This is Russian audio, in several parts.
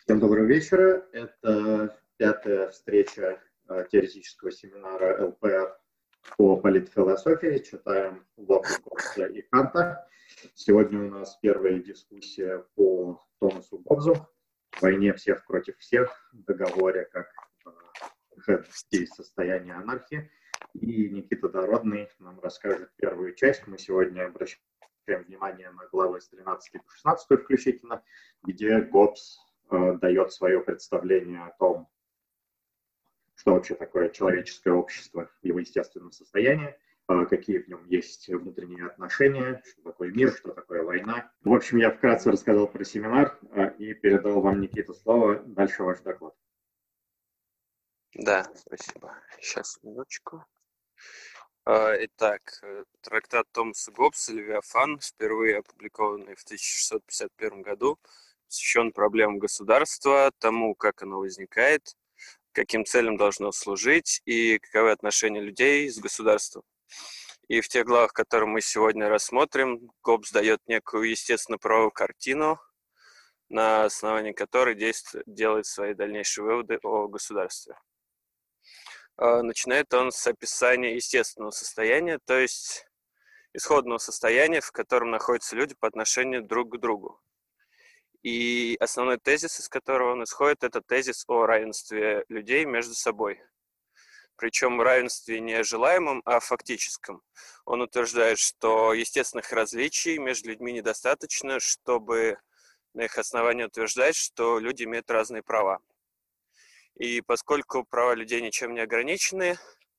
Всем доброго вечера. Это пятая встреча теоретического семинара ЛПР по политфилософии. Читаем Лока, Гоббса и Канта. Сегодня у нас первая дискуссия по Томасу Гоббсу «Войне всех против всех», договоре как выход из состояния анархии. И Никита Дородный нам расскажет первую часть. Мы сегодня обращаем внимание на главы с 13 по 16 включительно, где Гоббс дает свое представление о том, что вообще такое человеческое общество в его естественном состоянии, какие в нем есть внутренние отношения, что такое мир, что такое война. В общем, я вкратце рассказал про семинар и передал вам, Никита, слово. Дальше ваш доклад. Да, спасибо. Сейчас, минуточку. Итак, трактат Томаса Гоббса «Левиафан», впервые опубликованный в 1651 году, посвящен проблемам государства, тому, как оно возникает, каким целям должно служить и каковы отношения людей с государством. И в тех главах, которые мы сегодня рассмотрим, Гоббс дает некую естественно-правовую картину, на основании которой делает свои дальнейшие выводы о государстве. Начинает он с описания естественного состояния, то есть исходного состояния, в котором находятся люди по отношению друг к другу. И основной тезис, из которого он исходит, это тезис о равенстве людей между собой. Причем равенстве не желаемом, а фактическом. Он утверждает, что естественных различий между людьми недостаточно, чтобы на их основании утверждать, что люди имеют разные права. И поскольку права людей ничем не ограничены,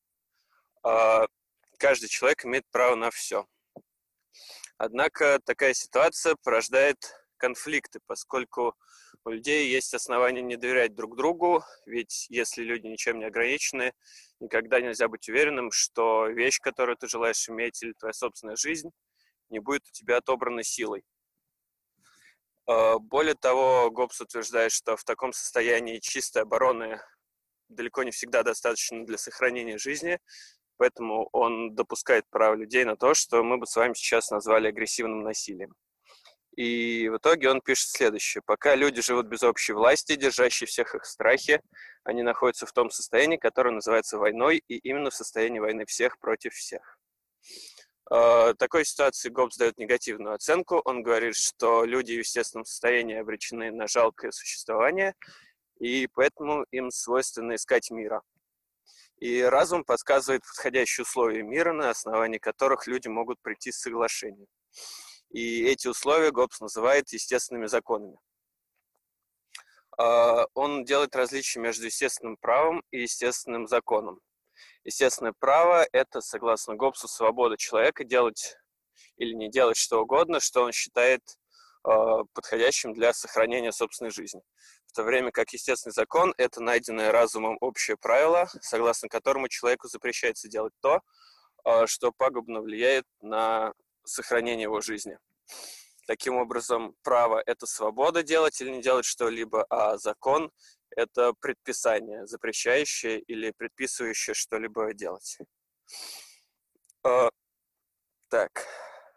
каждый человек имеет право на все. Однако такая ситуация порождает конфликты, поскольку у людей есть основания не доверять друг другу, ведь если люди ничем не ограничены, никогда нельзя быть уверенным, что вещь, которую ты желаешь иметь, или твоя собственная жизнь, не будет у тебя отобрана силой. Более того, Гоббс утверждает, что в таком состоянии чистой обороны далеко не всегда достаточно для сохранения жизни, поэтому он допускает право людей на то, что мы бы с вами сейчас назвали агрессивным насилием. И в итоге он пишет следующее. Пока люди живут без общей власти, держащей всех их в страхе, они находятся в том состоянии, которое называется войной, и именно в состоянии войны всех против всех. Такой ситуации Гоббс дает негативную оценку. Он говорит, что люди в естественном состоянии обречены на жалкое существование, и поэтому им свойственно искать мира. И разум подсказывает подходящие условия мира, на основании которых люди могут прийти к соглашению. И эти условия Гоббс называет естественными законами. Он делает различие между естественным правом и естественным законом. Естественное право – это, согласно Гоббсу, свобода человека делать или не делать что угодно, что он считает подходящим для сохранения собственной жизни. В то время как естественный закон – это найденное разумом общее правило, согласно которому человеку запрещается делать то, что пагубно влияет на сохранение его жизни. Таким образом, право – это свобода делать или не делать что-либо, а закон – это предписание, запрещающее или предписывающее что-либо делать. Так.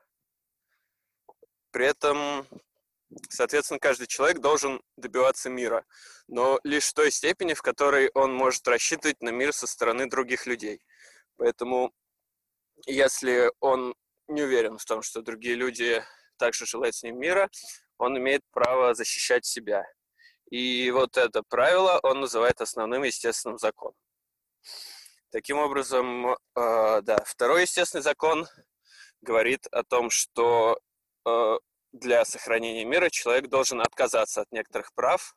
При этом, соответственно, каждый человек должен добиваться мира, но лишь в той степени, в которой он может рассчитывать на мир со стороны других людей. Поэтому, если он не уверен в том, что другие люди также желают с ним мира, он имеет право защищать себя. И вот это правило он называет основным естественным законом. Таким образом, второй естественный закон говорит о том, что для сохранения мира человек должен отказаться от некоторых прав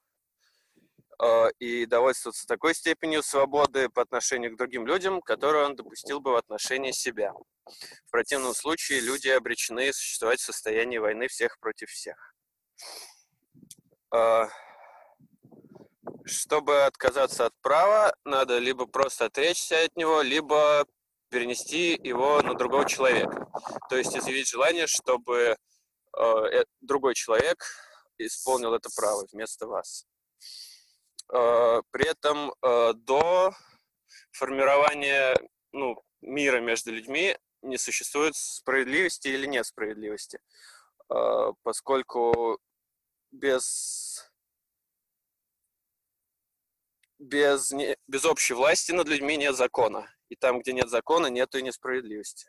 и довольствоваться такой степенью свободы по отношению к другим людям, которую он допустил бы в отношении себя. В противном случае люди обречены существовать в состоянии войны всех против всех. Чтобы отказаться от права, надо либо просто отречься от него, либо перенести его на другого человека. То есть изъявить желание, чтобы другой человек исполнил это право вместо вас. При этом до формирования мира между людьми не существует справедливости или несправедливости, поскольку без без общей власти над людьми нет закона. И там, где нет закона, нет и несправедливости.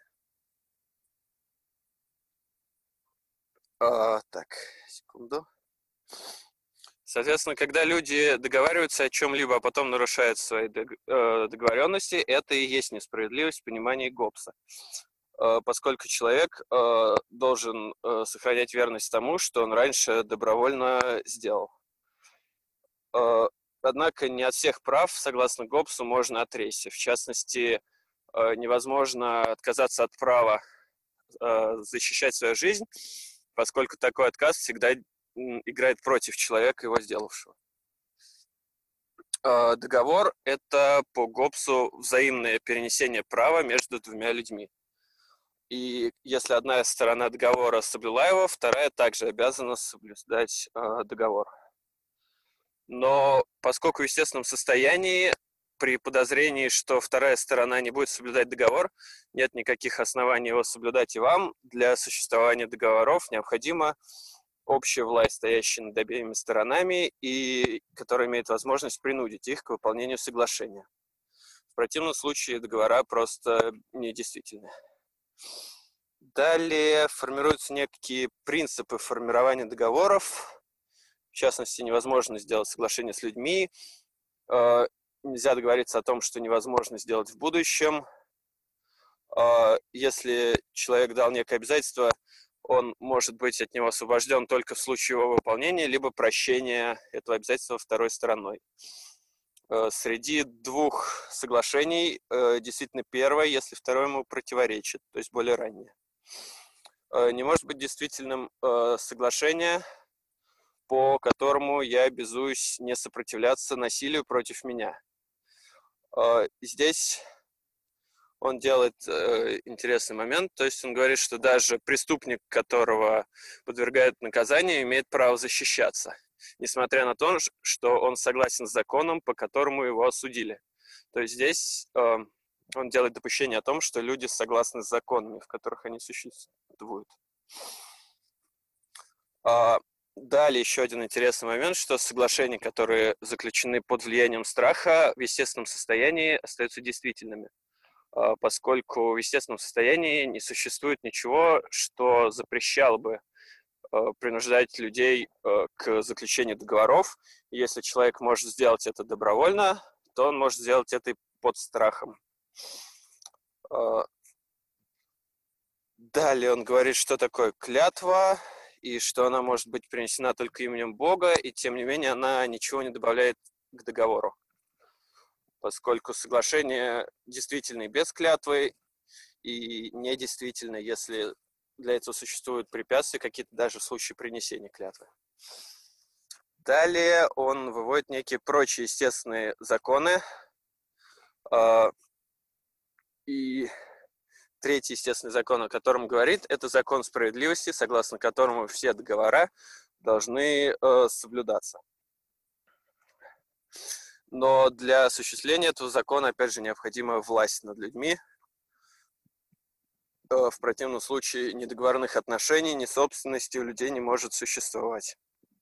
Так, секунду. Соответственно, когда люди договариваются о чем-либо, а потом нарушают свои договоренности, это и есть несправедливость в понимании Гоббса. Поскольку человек должен сохранять верность тому, что он раньше добровольно сделал. Однако не от всех прав, согласно Гоббсу, можно отречься. В частности, невозможно отказаться от права защищать свою жизнь, поскольку такой отказ всегда играет против человека, его сделавшего. Договор – это по Гоббсу взаимное перенесение права между двумя людьми. И если одна сторона договора соблюла его, вторая также обязана соблюдать договор. Но поскольку в естественном состоянии при подозрении, что вторая сторона не будет соблюдать договор, нет никаких оснований его соблюдать и вам, для существования договоров необходима общая власть, стоящая над обеими сторонами, и которая имеет возможность принудить их к выполнению соглашения. В противном случае договора просто недействительны. Далее формируются некие принципы формирования договоров. В частности, невозможно сделать соглашение с людьми, нельзя договориться о том, что невозможно сделать в будущем. Если человек дал некое обязательство, он может быть от него освобожден только в случае его выполнения, либо прощения этого обязательства второй стороной. Среди двух соглашений действительно первое, если второе ему противоречит, то есть более раннее. Не может быть действительным соглашение, по которому я обязуюсь не сопротивляться насилию против меня. Здесь он делает интересный момент, то есть он говорит, что даже преступник, которого подвергают наказанию, имеет право защищаться, несмотря на то, что он согласен с законом, по которому его осудили. То есть здесь он делает допущение о том, что люди согласны с законами, в которых они существуют. Далее еще один интересный момент, что соглашения, которые заключены под влиянием страха, в естественном состоянии остаются действительными, поскольку в естественном состоянии не существует ничего, что запрещало бы принуждать людей к заключению договоров. И если человек может сделать это добровольно, то он может сделать это и под страхом. Далее он говорит, что такое клятва, и что она может быть принесена только именем Бога, и тем не менее она ничего не добавляет к договору, поскольку соглашение действительно без клятвы и недействительно, если для этого существуют препятствия, какие-то даже в случае принесения клятвы. Далее он выводит некие прочие естественные законы, и третий естественный закон, о котором говорит, это закон справедливости, согласно которому все договора должны соблюдаться. Но для осуществления этого закона, опять же, необходима власть над людьми. В противном случае ни договорных отношений, ни собственности у людей не может существовать.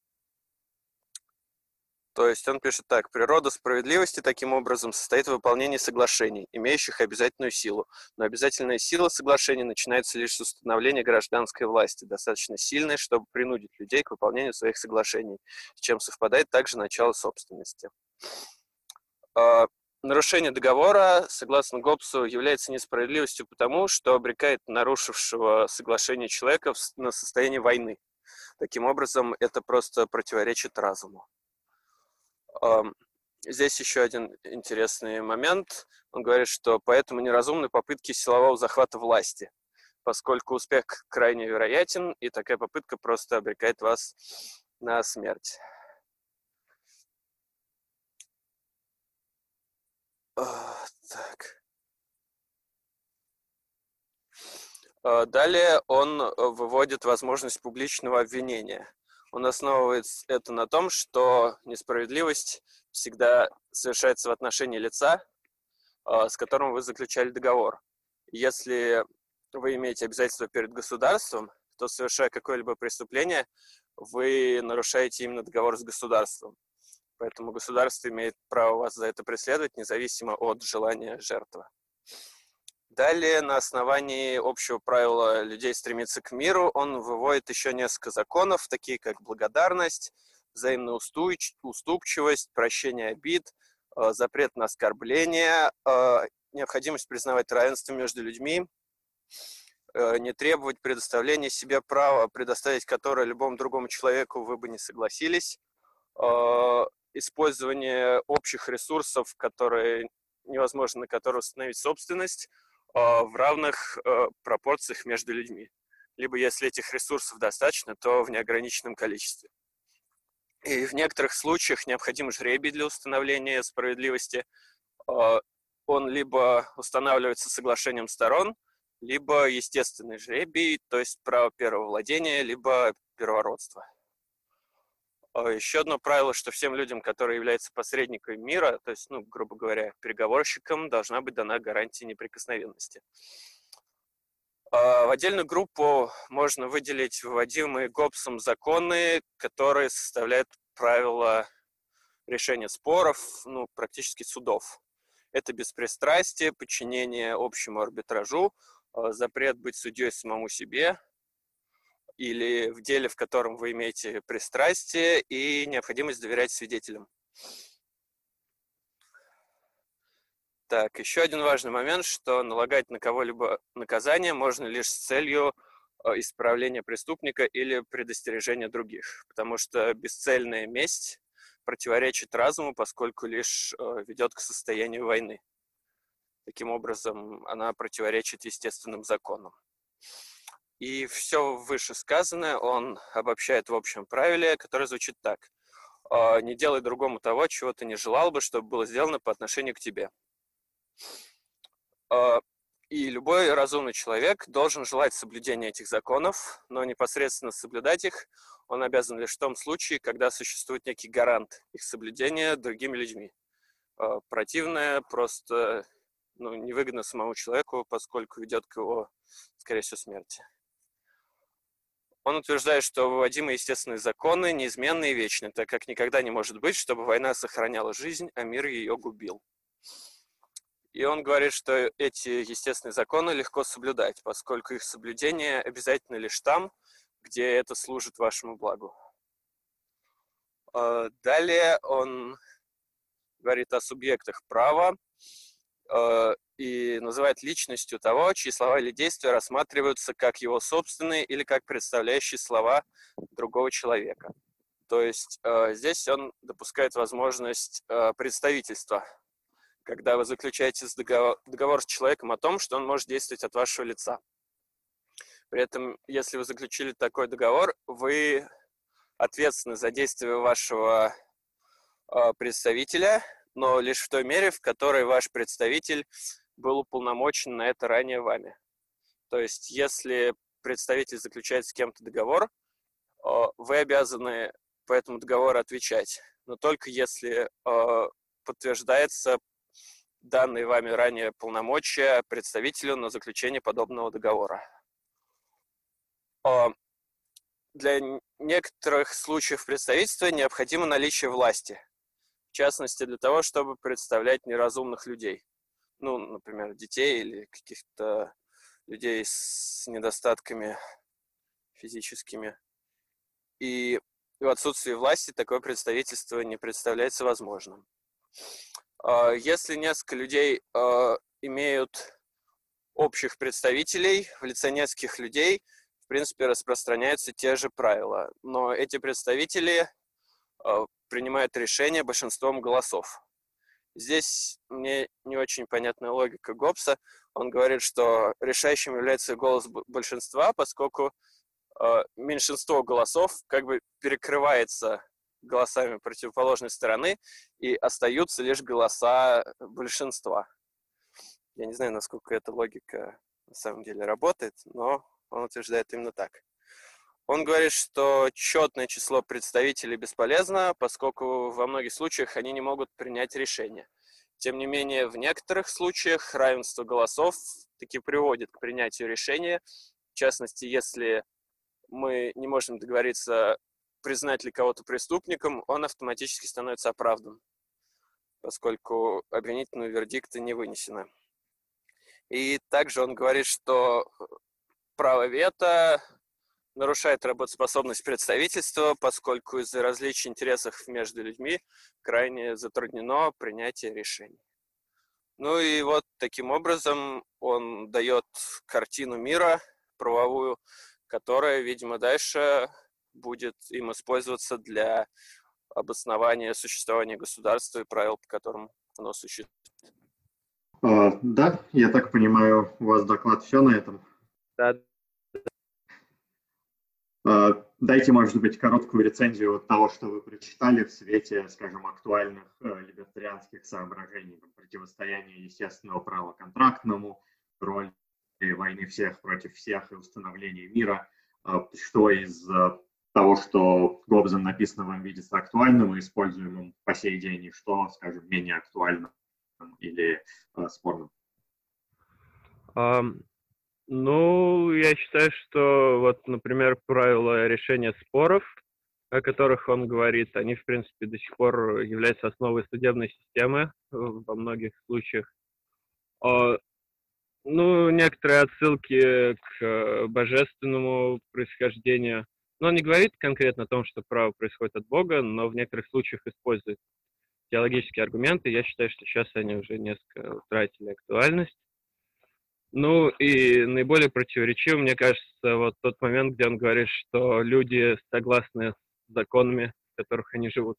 То есть он пишет так: природа справедливости таким образом состоит в выполнении соглашений, имеющих обязательную силу. Но обязательная сила соглашений начинается лишь с установления гражданской власти, достаточно сильной, чтобы принудить людей к выполнению своих соглашений, с чем совпадает также начало собственности. Нарушение договора, согласно Гоббсу, является несправедливостью потому, что обрекает нарушившего соглашение человека на состояние войны. Таким образом, это просто противоречит разуму. Здесь еще один интересный момент. Он говорит, что поэтому неразумны попытки силового захвата власти, поскольку успех крайне вероятен, и такая попытка просто обрекает вас на смерть. Так. Далее он выводит возможность публичного обвинения. Он основывает это на том, что несправедливость всегда совершается в отношении лица, с которым вы заключали договор. Если вы имеете обязательства перед государством, то, совершая какое-либо преступление, вы нарушаете именно договор с государством. Поэтому государство имеет право вас за это преследовать, независимо от желания жертвы. Далее, на основании общего правила людей стремиться к миру, он выводит еще несколько законов, такие как благодарность, взаимная уступчивость, прощение обид, запрет на оскорбление, необходимость признавать равенство между людьми, не требовать предоставления себе права, предоставить которое любому другому человеку вы бы не согласились, использование общих ресурсов, которые невозможно на которые установить собственность, в равных пропорциях между людьми. Либо, если этих ресурсов достаточно, то в неограниченном количестве. И в некоторых случаях необходим жребий для установления справедливости. Он либо устанавливается соглашением сторон, либо естественный жребий, то есть право первого владения, либо первородство. Еще одно правило, что всем людям, которые являются посредниками мира, то есть, грубо говоря, переговорщикам, должна быть дана гарантия неприкосновенности. В отдельную группу можно выделить выводимые Гоббсом законы, которые составляют правила решения споров, практически судов. Это беспристрастие, подчинение общему арбитражу, запрет быть судьей самому себе, или в деле, в котором вы имеете пристрастие, и необходимость доверять свидетелям. Так, еще один важный момент, что налагать на кого-либо наказание можно лишь с целью исправления преступника или предостережения других, потому что бесцельная месть противоречит разуму, поскольку лишь ведет к состоянию войны. Таким образом, она противоречит естественным законам. И все вышесказанное он обобщает в общем правиле, которое звучит так. Не делай другому того, чего ты не желал бы, чтобы было сделано по отношению к тебе. И любой разумный человек должен желать соблюдения этих законов, но непосредственно соблюдать их он обязан лишь в том случае, когда существует некий гарант их соблюдения другими людьми. Противное просто невыгодно самому человеку, поскольку ведет к его, скорее всего, смерти. Он утверждает, что выводимые естественные законы неизменны и вечны, так как никогда не может быть, чтобы война сохраняла жизнь, а мир ее губил. И он говорит, что эти естественные законы легко соблюдать, поскольку их соблюдение обязательно лишь там, где это служит вашему благу. Далее он говорит о субъектах права и называет личностью того, чьи слова или действия рассматриваются как его собственные или как представляющие слова другого человека. То есть здесь он допускает возможность представительства, когда вы заключаете договор с человеком о том, что он может действовать от вашего лица. При этом, если вы заключили такой договор, вы ответственны за действия вашего представителя, но лишь в той мере, в которой ваш представитель был уполномочен на это ранее вами. То есть, если представитель заключает с кем-то договор, вы обязаны по этому договору отвечать, но только если подтверждается данные вами ранее полномочия представителю на заключение подобного договора. Для некоторых случаев представительства необходимо наличие власти, в частности, для того, чтобы представлять неразумных людей. Например, детей или каких-то людей с недостатками физическими. И в отсутствии власти такое представительство не представляется возможным. Если несколько людей имеют общих представителей, в лице нескольких людей, в принципе, распространяются те же правила. Но эти представители принимают решения большинством голосов. Здесь мне не очень понятна логика Гоббса. Он говорит, что решающим является голос большинства, поскольку меньшинство голосов как бы перекрывается голосами противоположной стороны, и остаются лишь голоса большинства. Я не знаю, насколько эта логика на самом деле работает, но он утверждает именно так. Он говорит, что четное число представителей бесполезно, поскольку во многих случаях они не могут принять решение. Тем не менее, в некоторых случаях равенство голосов таки приводит к принятию решения. В частности, если мы не можем договориться признать ли кого-то преступником, он автоматически становится оправдан, поскольку обвинительного вердикта не вынесено. И также он говорит, что право вето нарушает работоспособность представительства, поскольку из-за различий интересов между людьми крайне затруднено принятие решений. Ну и вот таким образом он дает картину мира правовую, которая, видимо, дальше будет им использоваться для обоснования существования государства и правил, по которым оно существует. Да, я так понимаю, у вас доклад все на этом? Да. Дайте, может быть, короткую рецензию того, что вы прочитали в свете, скажем, актуальных либертарианских соображений, противостояния естественного права контрактному, роль войны всех против всех и установления мира, что из того, что Гоббсом написано, вам видится актуальным и используемым по сей день, и что, скажем, менее актуальным или спорным? Ну, я считаю, что вот, например, правила решения споров, о которых он говорит, они, в принципе, до сих пор являются основой судебной системы во многих случаях. Ну, некоторые отсылки к божественному происхождению. Но он не говорит конкретно о том, что право происходит от Бога, но в некоторых случаях использует теологические аргументы. Я считаю, что сейчас они уже несколько утратили актуальность. Ну и наиболее противоречивым, мне кажется, вот тот момент, где он говорит, что люди согласны с законами, в которых они живут.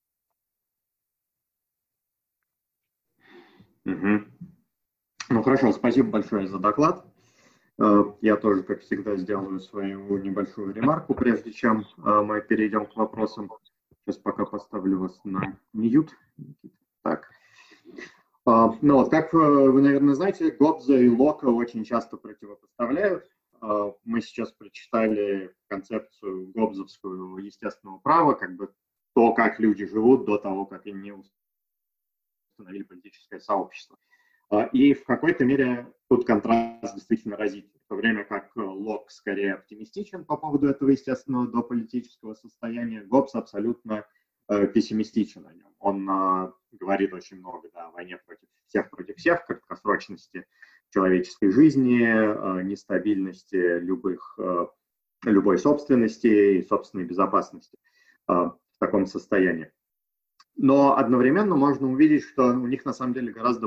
Угу. Ну хорошо, спасибо большое за доклад. Я тоже, как всегда, сделаю свою небольшую ремарку, прежде чем мы перейдем к вопросам. Сейчас пока поставлю вас на мьют. Так. Ну вот, как вы, наверное, знаете, Гоббса и Лока очень часто противопоставляют. Мы сейчас прочитали концепцию гоббсовскую естественного права, как бы то, как люди живут до того, как они установили политическое сообщество. И в какой-то мере тут контраст действительно разительный. В то время как Лок скорее оптимистичен по поводу этого естественного дополитического состояния, Гоббс абсолютно пессимистичен о нем. Он говорит очень много о войне против всех, краткосрочности человеческой жизни, нестабильности любой собственности и собственной безопасности в таком состоянии. Но одновременно можно увидеть, что у них на самом деле гораздо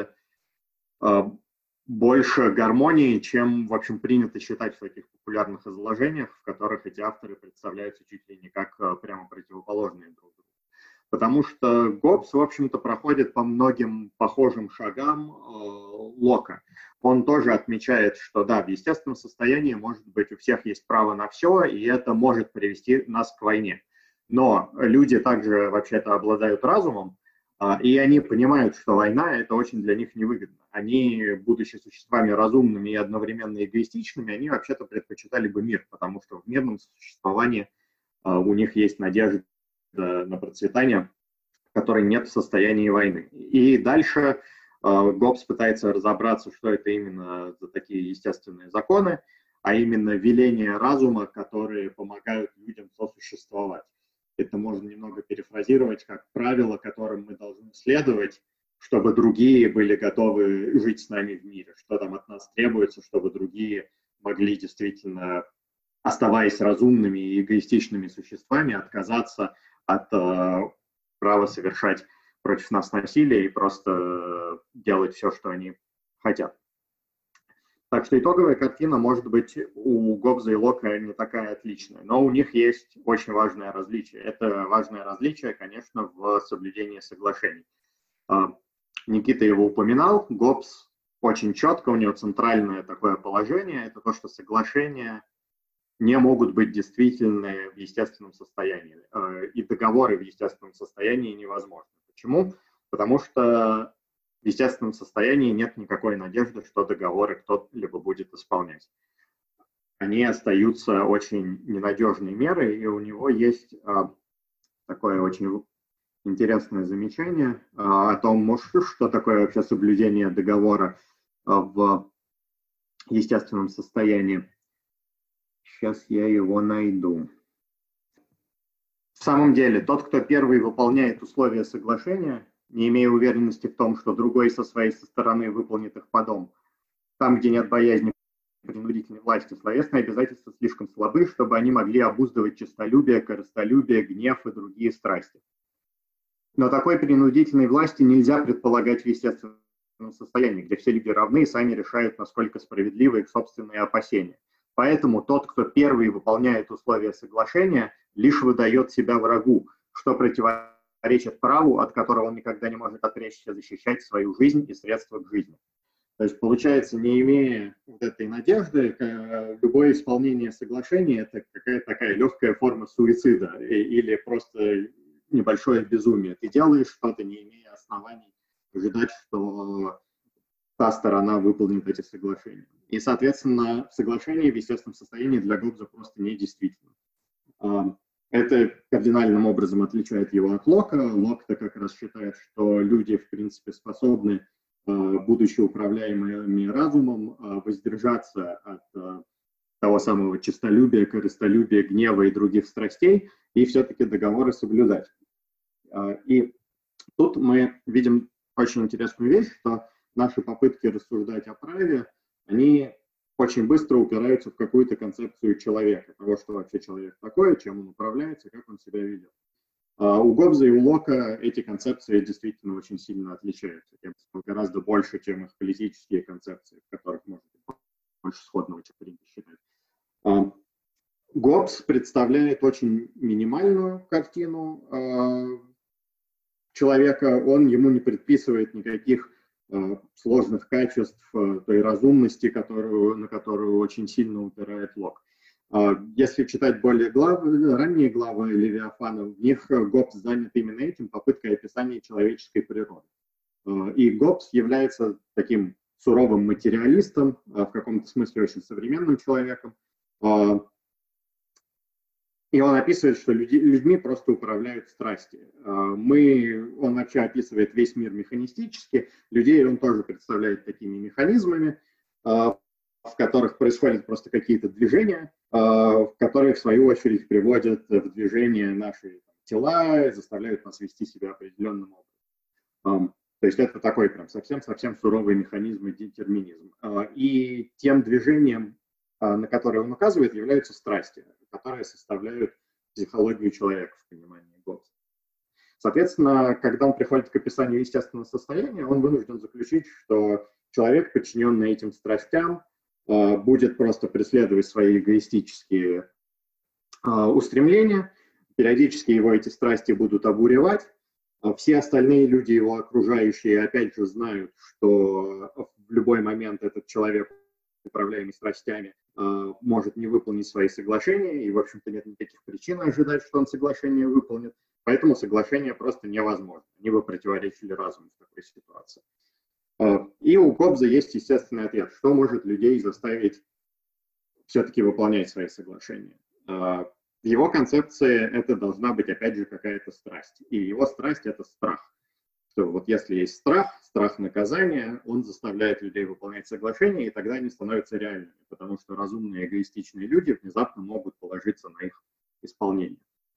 больше гармонии, чем, в общем, принято считать в таких популярных изложениях, в которых эти авторы представляются чуть ли не как прямо противоположные друг другу. Потому что Гоббс, в общем-то, проходит по многим похожим шагам Лока. Он тоже отмечает, что да, в естественном состоянии, может быть, у всех есть право на все, и это может привести нас к войне. Но люди также вообще-то обладают разумом, и они понимают, что война – это очень для них невыгодно. Они, будучи существами разумными и одновременно эгоистичными, они вообще-то предпочитали бы мир, потому что в мирном существовании у них есть надежда на процветание, которой нет в состоянии войны. И дальше Гоббс пытается разобраться, что это именно за такие естественные законы, а именно веления разума, которые помогают людям сосуществовать. Это можно немного перефразировать как правило, которым мы должны следовать, чтобы другие были готовы жить с нами в мире. Что там от нас требуется, чтобы другие могли действительно, оставаясь разумными и эгоистичными существами, отказаться от права совершать против нас насилие и просто делать все, что они хотят. Так что итоговая картина может быть у Гоббса и Лока не такая отличная, но у них есть очень важное различие. Это важное различие, конечно, в соблюдении соглашений. Никита его упоминал, Гоббс очень четко, у него центральное такое положение, это то, что соглашения не могут быть действительны в естественном состоянии, и договоры в естественном состоянии невозможны. Почему? Потому что в естественном состоянии нет никакой надежды, что договоры кто-либо будет исполнять. Они остаются очень ненадежной мерой, и у него есть такое очень интересное замечание о том, что такое вообще соблюдение договора в естественном состоянии. Сейчас я его найду. В самом деле, тот, кто первый выполняет условия соглашения, не имея уверенности в том, что другой со своей стороны выполнит их по дому, там, где нет боязни принудительной власти, словесные обязательства слишком слабы, чтобы они могли обуздывать честолюбие, корыстолюбие, гнев и другие страсти. Но такой принудительной власти нельзя предполагать в естественном состоянии, где все люди равны и сами решают, насколько справедливы их собственные опасения. Поэтому тот, кто первый выполняет условия соглашения, лишь выдает себя врагу, что противоречит праву, от которого он никогда не может отречься, защищать свою жизнь и средства к жизни. То есть, получается, не имея вот этой надежды, любое исполнение соглашения – это какая-то такая легкая форма суицида или просто небольшое безумие. Ты делаешь что-то, не имея оснований ожидать, что та сторона выполнит эти соглашения. И, соответственно, соглашение в естественном состоянии для Гоббса просто недействительно. Это кардинальным образом отличает его от Лока. Лок-то как раз считает, что люди, в принципе, способны, будучи управляемыми разумом, воздержаться от того самого честолюбия, корыстолюбия, гнева и других страстей, и все-таки договоры соблюдать. И тут мы видим очень интересную вещь, что наши попытки рассуждать о праве, они очень быстро упираются в какую-то концепцию человека, того, что вообще человек такой, чем он управляется, как он себя ведет. У Гоббса и у Лока эти концепции действительно очень сильно отличаются, гораздо больше, чем их политические концепции, в которых может быть больше сходного, чем принято считать. Гоббс представляет очень минимальную картину человека, он ему не предписывает никаких сложных качеств той разумности, на которую очень сильно упирает Лок. Если читать более ранние главы Левиафана, в них Гоббс занят именно этим, попыткой описания человеческой природы. И Гоббс является таким суровым материалистом, в каком-то смысле очень современным человеком. И он описывает, что людьми просто управляют страсти. Он вообще описывает весь мир механистически. Людей он тоже представляет такими механизмами, в которых происходят просто какие-то движения, которые, в свою очередь, приводят в движение наши тела, заставляют нас вести себя определенным образом. То есть это такой прям совсем суровый механизм и детерминизм. И тем движением, на которые он указывает, являются страсти, которые составляют психологию человека в понимании Гоббса. Соответственно, когда он приходит к описанию естественного состояния, он вынужден заключить, что человек, подчиненный этим страстям, будет просто преследовать свои эгоистические устремления, периодически его эти страсти будут обуревать. Все остальные люди, его окружающие, опять же, знают, что в любой момент этот человек, управляемый страстями, может не выполнить свои соглашения, и, в общем-то, нет никаких причин ожидать, что он соглашение выполнит, поэтому соглашение просто невозможно. Они бы противоречили разуму в такой ситуации. И у Гоббса есть естественный ответ, что может людей заставить все-таки выполнять свои соглашения. В его концепции это должна быть, опять же, какая-то страсть. И его страсть – это страх. Что вот если есть страх наказания, он заставляет людей выполнять соглашения, и тогда они становятся реальными, потому что разумные эгоистичные люди внезапно могут положиться на их исполнение.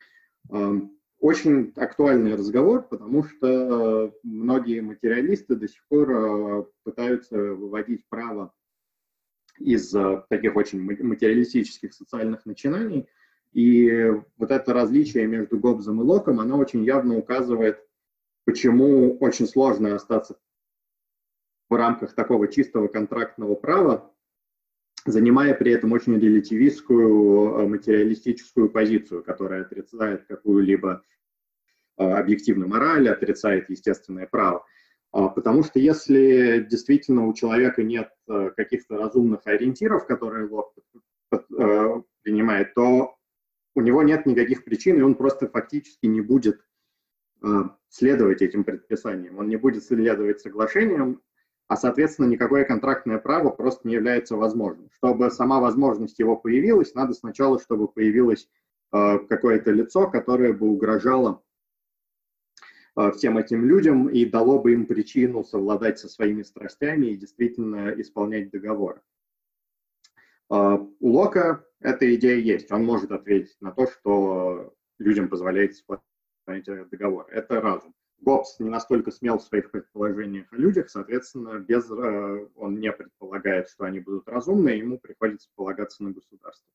Очень актуальный разговор, потому что многие материалисты до сих пор пытаются выводить право из таких очень материалистических социальных начинаний, и вот это различие между Гоббсом и Локом, оно очень явно указывает, почему очень сложно остаться в рамках такого чистого контрактного права, занимая при этом очень релятивистскую материалистическую позицию, которая отрицает какую-либо объективную мораль, отрицает естественное право. Потому что если действительно у человека нет каких-то разумных ориентиров, которые Лок принимает, то у него нет никаких причин, и он просто фактически не будет следовать этим предписаниям, он не будет следовать соглашениям, а, соответственно, никакое контрактное право просто не является возможным. Чтобы сама возможность его появилась, надо сначала, чтобы появилось какое-то лицо, которое бы угрожало всем этим людям и дало бы им причину совладать со своими страстями и действительно исполнять договоры. У Лока эта идея есть. Он может ответить на то, что людям позволяет исполнять договор. Это разум. Гоббс не настолько смел в своих предположениях о людях, соответственно, он не предполагает, что они будут разумны, ему приходится полагаться на государство.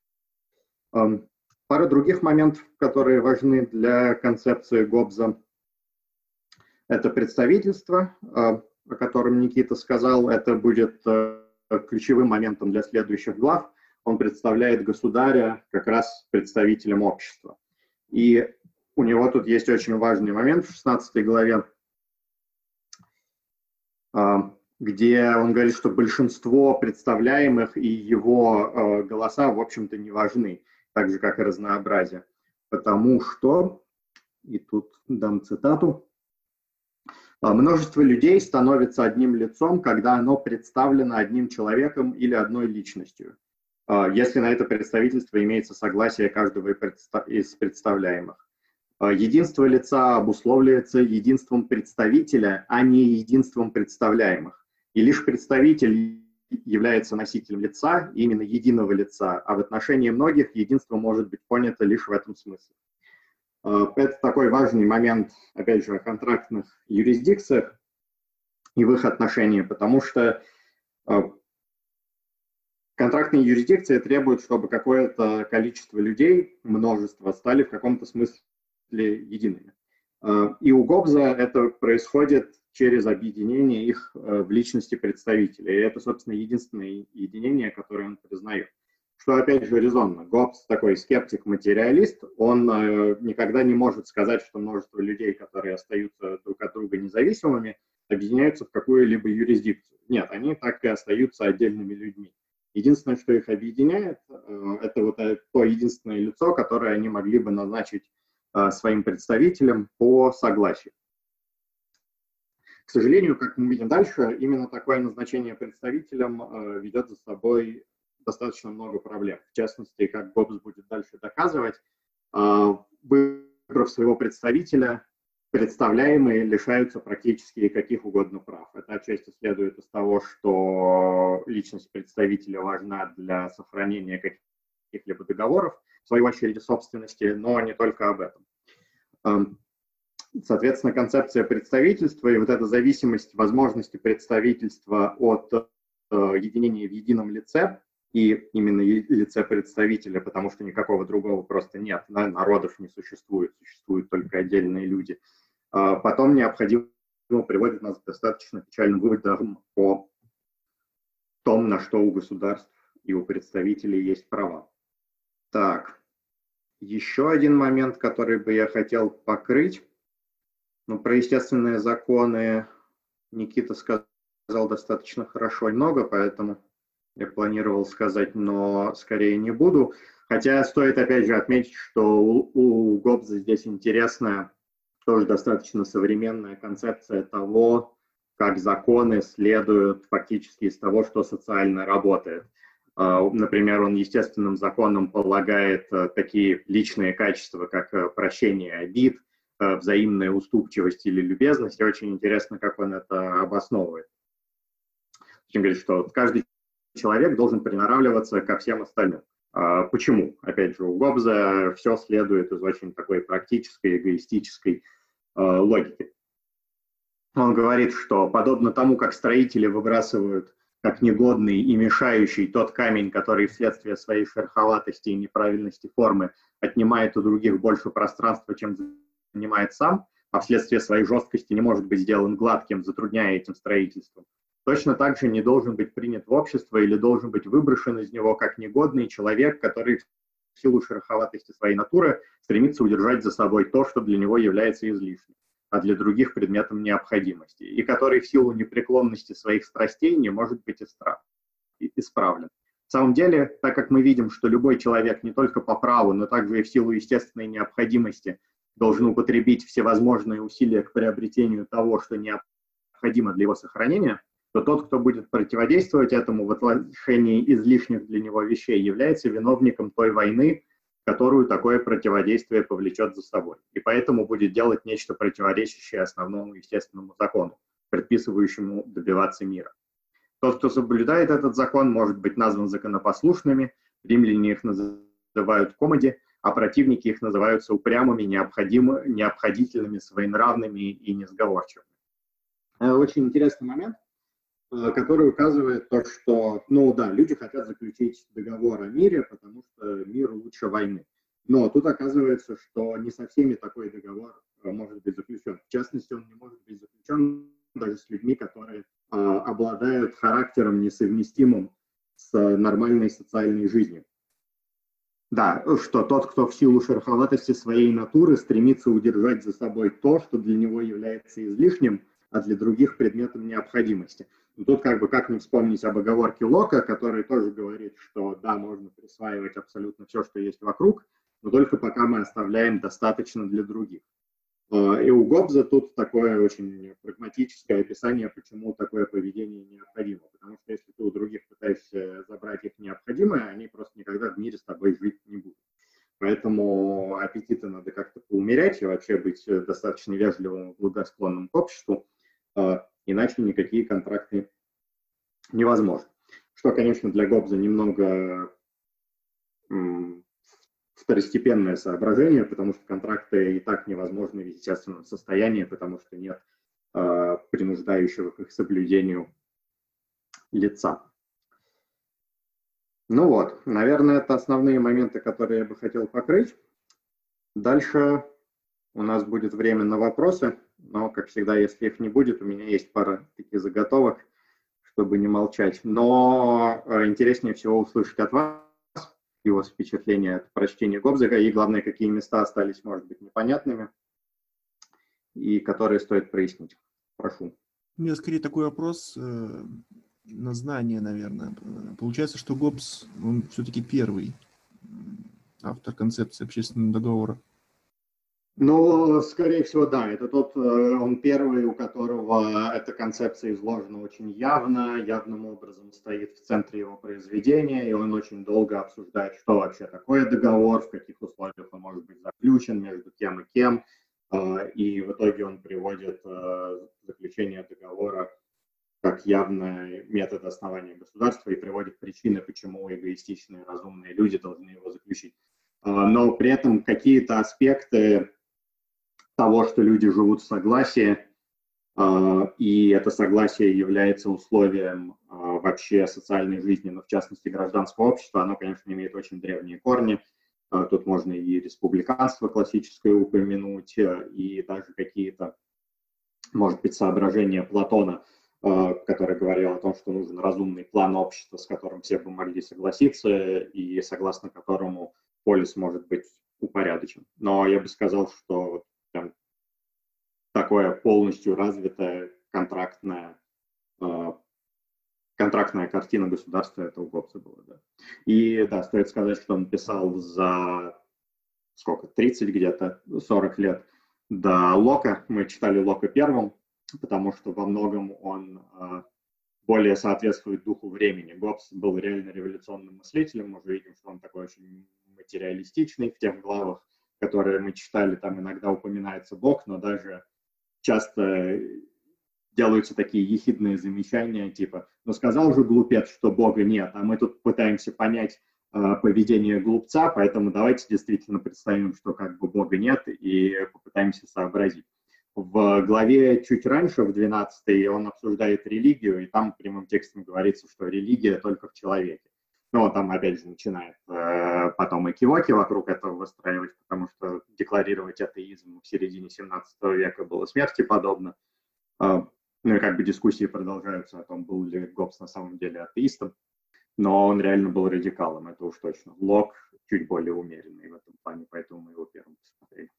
Пара других моментов, которые важны для концепции Гоббса. Это представительство, о котором Никита сказал, это будет ключевым моментом для следующих глав. Он представляет государя как раз представителем общества. И у него тут есть очень важный момент в 16 главе, где он говорит, что большинство представляемых и его голоса, в общем-то, не важны, так же, как и разнообразие. Потому что, и тут дам цитату, множество людей становится одним лицом, когда оно представлено одним человеком или одной личностью, если на это представительство имеется согласие каждого из представляемых. Единство лица обусловливается единством представителя, а не единством представляемых. И лишь представитель является носителем лица, именно единого лица, а в отношении многих единство может быть понято лишь в этом смысле. Это такой важный момент, опять же, о контрактных юрисдикциях и в их отношении, потому что контрактные юрисдикции требуют, чтобы какое-то количество людей, множество, стали в каком-то смысле едиными. И у Гоббса это происходит через объединение их в личности представителей. И это, собственно, единственное единение, которое он признает. Что, опять же, резонно. Гоббс такой скептик-материалист, он никогда не может сказать, что множество людей, которые остаются друг от друга независимыми, объединяются в какую-либо юрисдикцию. Нет, они так и остаются отдельными людьми. Единственное, что их объединяет, это вот то единственное лицо, которое они могли бы назначить своим представителям по согласию. К сожалению, как мы видим дальше, именно такое назначение представителям ведет за собой достаточно много проблем. В частности, как Гоббс будет дальше доказывать, выбрав своего представителя, представляемые лишаются практически каких угодно прав. Это отчасти следует из того, что личность представителя важна для сохранения каких-либо договоров, в свою очередь, собственности, но не только об этом. Соответственно, концепция представительства и вот эта зависимость возможности представительства от единения в едином лице, и именно лице представителя, потому что никакого другого просто нет, народов не существует, существуют только отдельные люди. Потом необходимо приводит нас к достаточно печальным выводам о том, на что у государств и у представителей есть права. Так, еще один момент, который бы я хотел покрыть. Про естественные законы Никита сказал достаточно хорошо и много, поэтому я планировал сказать, но скорее не буду. Хотя стоит опять же отметить, что у Гоббса здесь интересная, тоже достаточно современная концепция того, как законы следуют фактически из того, что социально работает. Например, он естественным законом полагает такие личные качества, как прощение обид, взаимная уступчивость или любезность. И очень интересно, как он это обосновывает. Он говорит, что каждый человек должен приноравливаться ко всем остальным. Почему? Опять же, у Гоббса все следует из очень такой практической, эгоистической логики. Он говорит, что подобно тому, как строители выбрасывают как негодный и мешающий тот камень, который вследствие своей шероховатости и неправильности формы отнимает у других больше пространства, чем занимает сам, а вследствие своей жесткости не может быть сделан гладким, затрудняя этим строительством. Точно так же не должен быть принят в общество или должен быть выброшен из него как негодный человек, который в силу шероховатости своей натуры стремится удержать за собой то, что для него является излишним, а для других предметом необходимости, и который в силу непреклонности своих страстей не может быть исправлен. В самом деле, так как мы видим, что любой человек не только по праву, но также и в силу естественной необходимости должен употребить всевозможные усилия к приобретению того, что необходимо для его сохранения, то тот, кто будет противодействовать этому в отношении излишних для него вещей, является виновником той войны, которую такое противодействие повлечет за собой. И поэтому будет делать нечто противоречащее основному естественному закону, предписывающему добиваться мира. Тот, кто соблюдает этот закон, может быть назван законопослушными, римляне их называют комоди, а противники их называются упрямыми, необходительными, своенравными и несговорчивыми. Очень интересный момент, который указывает то, что, ну да, люди хотят заключить договор о мире, потому что мир лучше войны. Но тут оказывается, что не со всеми такой договор может быть заключен. В частности, он не может быть заключен даже с людьми, которые обладают характером несовместимым с нормальной социальной жизнью. Да, что тот, кто в силу шероховатости своей натуры стремится удержать за собой то, что для него является излишним, а для других предметом необходимости. И тут как не вспомнить об оговорке Лока, который тоже говорит, что да, можно присваивать абсолютно все, что есть вокруг, но только пока мы оставляем достаточно для других. И у Гоббса тут такое очень прагматическое описание, почему такое поведение необходимо. Потому что если ты у других пытаешься забрать их необходимое, они просто никогда в мире с тобой жить не будут. Поэтому аппетиты надо как-то поумерять и вообще быть достаточно вежливым, благосклонным к обществу, иначе никакие контракты невозможны. Что, конечно, для Гоббса немного второстепенное соображение, потому что контракты и так невозможны в естественном состоянии, потому что нет принуждающего к их соблюдению лица. Ну вот, наверное, это основные моменты, которые я бы хотел покрыть. Дальше у нас будет время на вопросы, но, как всегда, если их не будет, у меня есть пара таких заготовок, чтобы не молчать. Но интереснее всего услышать от вас его впечатления от прочтения Гоббса, и, главное, какие места остались, может быть, непонятными, и которые стоит прояснить. Прошу. У меня скорее такой вопрос на знание, наверное. Получается, что Гоббс, он все-таки первый автор концепции общественного договора. Ну, скорее всего, да. Это он первый, у которого эта концепция изложена очень явным образом стоит в центре его произведения, и он очень долго обсуждает, что вообще такое договор, в каких условиях он может быть заключен, между кем и кем, и в итоге он приводит заключение договора как явный метод основания государства и приводит причины, почему эгоистичные, разумные люди должны его заключить. Но при этом какие-то аспекты того, что люди живут в согласии, и это согласие является условием вообще социальной жизни, но в частности гражданского общества, оно, конечно, имеет очень древние корни. Тут можно и республиканство классическое упомянуть, и даже какие-то, может быть, соображения Платона, который говорил о том, что нужен разумный план общества, с которым все бы могли согласиться, и согласно которому полис может быть упорядочен. Но я бы сказал, что прям такое полностью развитая контрактная картина государства, это у Гоббса было, да. И да, стоит сказать, что он писал за 30 где-то, 40 лет до Лока. Мы читали Лока первым, потому что во многом он более соответствует духу времени. Гоббс был реально революционным мыслителем, мы уже видим, что он такой очень материалистичный в тех главах, которые мы читали, там иногда упоминается Бог, но даже часто делаются такие ехидные замечания, типа, ну сказал же глупец, что Бога нет, а мы тут пытаемся понять поведение глупца, поэтому давайте действительно представим, что как бы Бога нет, и попытаемся сообразить. В главе чуть раньше, в 12-й, он обсуждает религию, и там прямым текстом говорится, что религия только в человеке. Ну, он там, опять же, начинает потом экивоки вокруг этого выстраивать, потому что декларировать атеизм в середине 17 века было смерти подобно. Ну и как бы дискуссии продолжаются о том, был ли Гоббс на самом деле атеистом, но он реально был радикалом, это уж точно. Лок чуть более умеренный в этом плане, поэтому мы его первым посмотрели.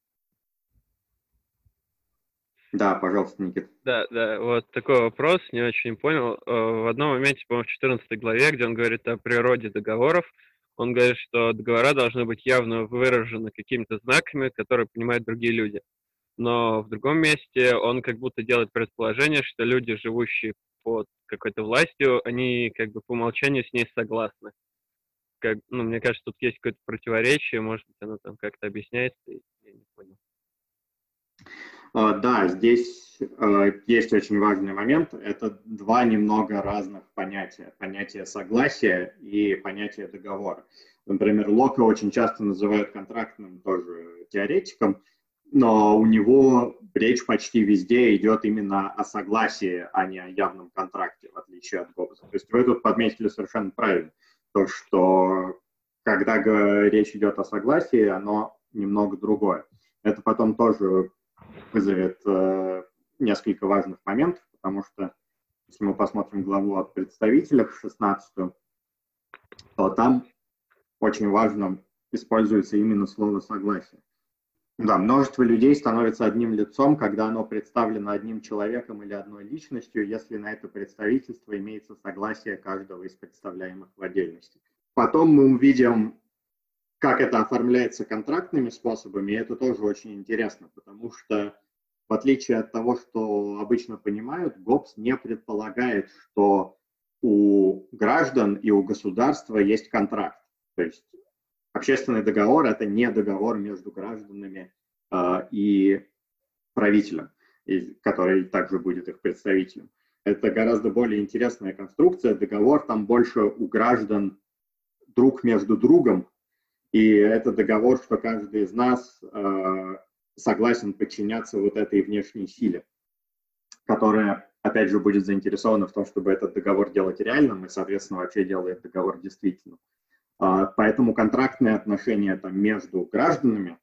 Да, пожалуйста, Никита. Да, вот такой вопрос, не очень понял. В одном моменте, по-моему, в 14 главе, где он говорит о природе договоров, он говорит, что договора должны быть явно выражены какими-то знаками, которые понимают другие люди. Но в другом месте он как будто делает предположение, что люди, живущие под какой-то властью, они как бы по умолчанию с ней согласны. Мне кажется, тут есть какое-то противоречие, может быть, оно там как-то объясняется, я не понял. Да, здесь есть очень важный момент. Это два немного разных понятия. Понятие согласия и понятие договора. Например, Лока очень часто называют контрактным тоже теоретиком, но у него речь почти везде идет именно о согласии, а не о явном контракте, в отличие от Гоббса. То есть вы тут подметили совершенно правильно. То, что когда речь идет о согласии, оно немного другое. Это потом тоже вызовет несколько важных моментов, потому что если мы посмотрим главу о представителях 16, то там очень важно используется именно слово «согласие». Да, множество людей становится одним лицом, когда оно представлено одним человеком или одной личностью, если на это представительство имеется согласие каждого из представляемых в отдельности. Потом мы увидим, как это оформляется контрактными способами, и это тоже очень интересно, потому что в отличие от того, что обычно понимают, Гоббс не предполагает, что у граждан и у государства есть контракт. То есть общественный договор – это не договор между гражданами и правителем, который также будет их представителем. Это гораздо более интересная конструкция. Договор там больше у граждан друг между другом, и это договор, что каждый из нас согласен подчиняться вот этой внешней силе, которая, опять же, будет заинтересована в том, чтобы этот договор делать реальным и, соответственно, вообще делает договор действительным. Поэтому контрактные отношения там между гражданами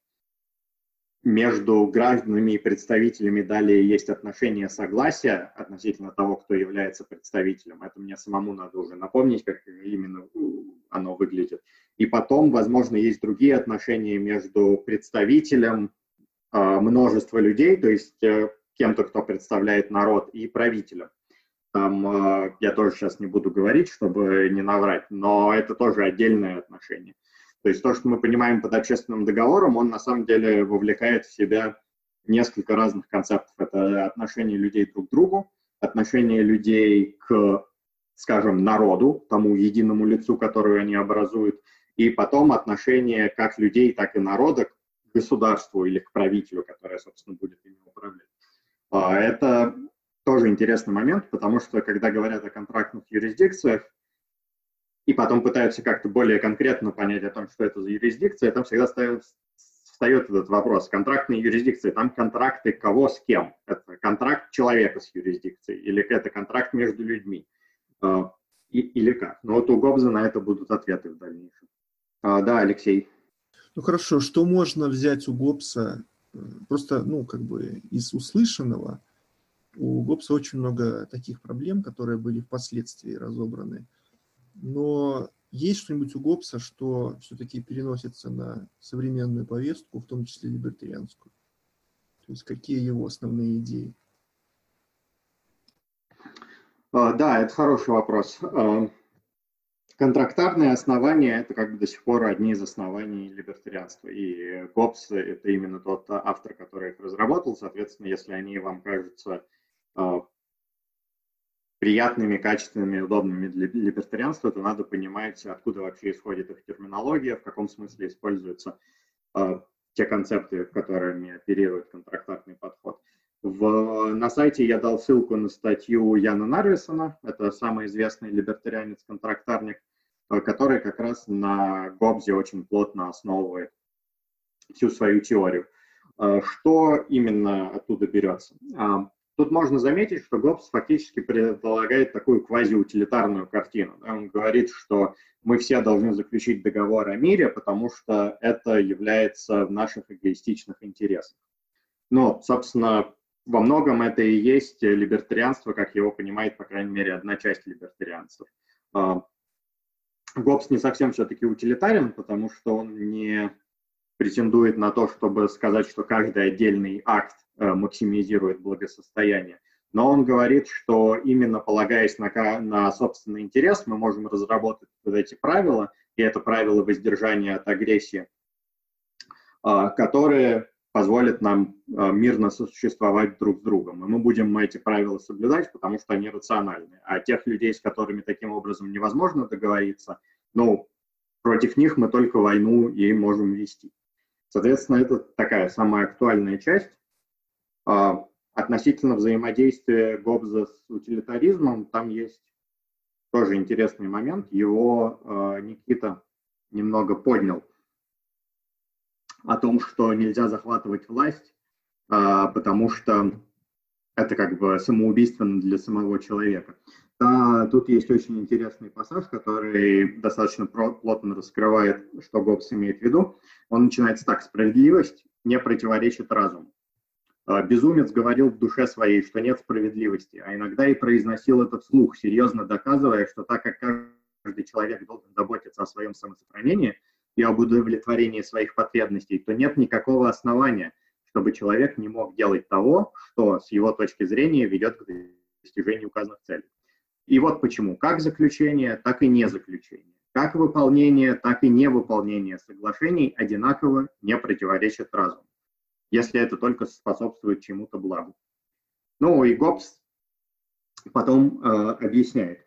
и представителями далее есть отношения согласия относительно того, кто является представителем. Это мне самому надо уже напомнить, как именно оно выглядит. И потом, возможно, есть другие отношения между представителем множества людей, то есть кем-то, кто представляет народ, и правителем. Там я тоже сейчас не буду говорить, чтобы не наврать, но это тоже отдельное отношение. То есть то, что мы понимаем под общественным договором, он на самом деле вовлекает в себя несколько разных концептов. Это отношение людей друг к другу, отношение людей к, скажем, народу, тому единому лицу, которое они образуют, и потом отношение как людей, так и народа к государству или к правителю, которое, собственно, будет ими управлять. Это тоже интересный момент, потому что, когда говорят о контрактных юрисдикциях, и потом пытаются как-то более конкретно понять о том, что это за юрисдикция, там всегда встает этот вопрос. Контрактные юрисдикции, там контракты кого с кем? Это контракт человека с юрисдикцией, или это контракт между людьми? Или как? Но вот у Гоббса на это будут ответы в дальнейшем. Да, Алексей. Ну хорошо, что можно взять у Гоббса? Просто, из услышанного, у Гоббса очень много таких проблем, которые были впоследствии разобраны. Но есть что-нибудь у Гоббса, что все-таки переносится на современную повестку, в том числе либертарианскую? То есть какие его основные идеи? Да, это хороший вопрос. Контрактарные основания – это как бы до сих пор одни из оснований либертарианства. И Гоббс – это именно тот автор, который их разработал. Соответственно, если они вам кажутся приятными, качественными, удобными для либертарианства, то надо понимать, откуда вообще исходит их терминология, в каком смысле используются те концепты, которыми оперирует контрактарный подход. На сайте я дал ссылку на статью Яна Нарвисона, это самый известный либертарианец-контрактарник, который как раз на Гоббсе очень плотно основывает всю свою теорию. Что именно оттуда берется? Тут можно заметить, что Гоббс фактически предполагает такую квазиутилитарную картину. Он говорит, что мы все должны заключить договор о мире, потому что это является в наших эгоистичных интересах. Но, собственно, во многом это и есть либертарианство, как его понимает, по крайней мере, одна часть либертарианцев. Гоббс не совсем все-таки утилитарен, потому что он не претендует на то, чтобы сказать, что каждый отдельный акт максимизирует благосостояние. Но он говорит, что именно полагаясь на собственный интерес, мы можем разработать вот эти правила, и это правила воздержания от агрессии, которые позволят нам мирно сосуществовать друг с другом. И мы будем эти правила соблюдать, потому что они рациональны. А тех людей, с которыми таким образом невозможно договориться, против них мы только войну и можем вести. Соответственно, это такая самая актуальная часть. Относительно взаимодействия Гоббса с утилитаризмом, там есть тоже интересный момент. Его Никита немного поднял о том, что нельзя захватывать власть, потому что это как бы самоубийственно для самого человека. Тут есть очень интересный пассаж, который достаточно плотно раскрывает, что Гоббс имеет в виду. Он начинается так: «Справедливость не противоречит разуму. Безумец говорил в душе своей, что нет справедливости, а иногда и произносил это вслух, серьезно доказывая, что так как каждый человек должен заботиться о своем самосохранении и об удовлетворении своих потребностей, то нет никакого основания, чтобы человек не мог делать того, что с его точки зрения ведет к достижению указанных целей. И вот почему как заключение, так и не заключение, как выполнение, так и невыполнение соглашений одинаково не противоречат разуму, если это только способствует чему-то благу». Ну и Гоббс потом объясняет.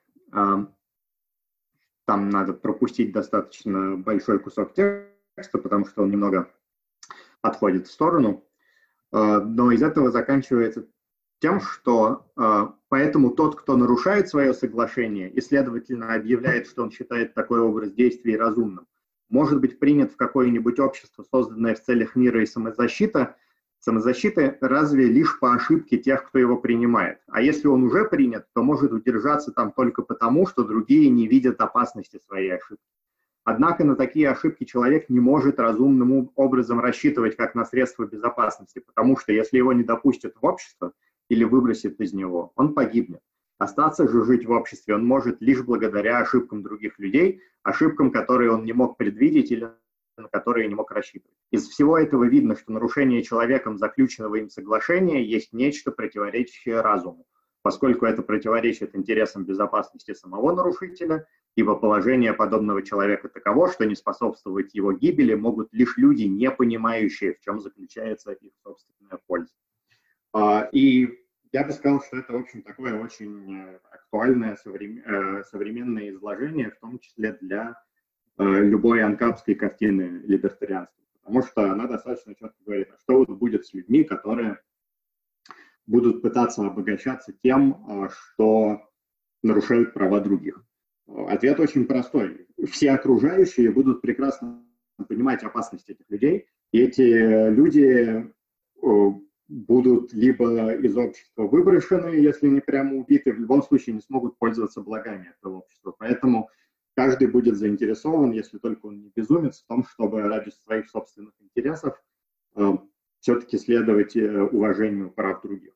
Там надо пропустить достаточно большой кусок текста, потому что он немного отходит в сторону. Но из этого заканчивается тем, что поэтому тот, кто нарушает свое соглашение и, следовательно, объявляет, что он считает такой образ действий разумным, может быть принят в какое-нибудь общество, созданное в целях мира и самозащиты, разве лишь по ошибке тех, кто его принимает. А если он уже принят, то может удержаться там только потому, что другие не видят опасности своей ошибки. Однако на такие ошибки человек не может разумным образом рассчитывать как на средство безопасности, потому что если его не допустят в общество или выбросят из него, он погибнет. Остаться же жить в обществе он может лишь благодаря ошибкам других людей, ошибкам, которые он не мог предвидеть или на которые не мог рассчитывать. Из всего этого видно, что нарушение человеком заключенного им соглашения есть нечто, противоречащее разуму, поскольку это противоречит интересам безопасности самого нарушителя, ибо положение подобного человека таково, что не способствовать его гибели могут лишь люди, не понимающие, в чем заключается их собственная польза. И я бы сказал, что это, в общем, такое очень актуальное современное изложение, в том числе для любой анкапской картины либертарианства, потому что она достаточно четко говорит, а что вот будет с людьми, которые будут пытаться обогащаться тем, что нарушают права других. Ответ очень простой. Все окружающие будут прекрасно понимать опасность этих людей, и эти люди будут либо из общества выброшены, если не прямо убиты, в любом случае не смогут пользоваться благами этого общества. Поэтому каждый будет заинтересован, если только он не безумец, в том, чтобы ради своих собственных интересов все-таки следовать уважению прав других.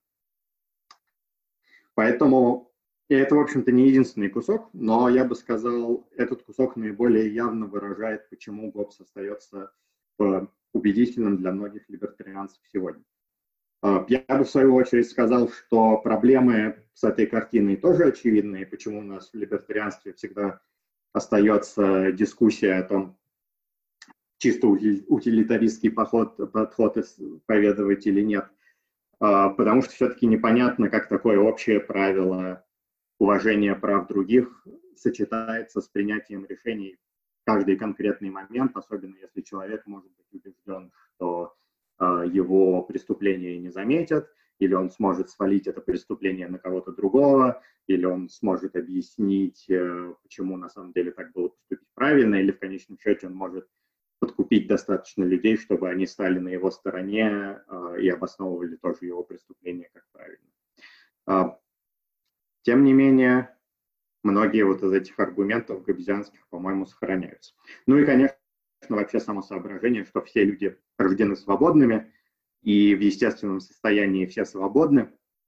Поэтому, и это, в общем-то, не единственный кусок, но я бы сказал, этот кусок наиболее явно выражает, почему Гоббс остается убедительным для многих либертарианцев сегодня. Я бы, в свою очередь, сказал, что проблемы с этой картиной тоже очевидны, и почему у нас в либертарианстве всегда остается дискуссия о том, чисто утилитаристский подход исповедовать или нет, потому что все-таки непонятно, как такое общее правило уважения прав других сочетается с принятием решений в каждый конкретный момент, особенно если человек может быть убежден, что его преступление не заметят, или он сможет свалить это преступление на кого-то другого, или он сможет объяснить, почему на самом деле так было поступить правильно, или в конечном счете он может подкупить достаточно людей, чтобы они стали на его стороне и обосновывали тоже его преступление как правильно. Тем не менее, многие вот из этих аргументов гоббсианских, по-моему, сохраняются. Ну и, конечно, вообще само соображение, что все люди рождены свободными, и в естественном состоянии все свободны,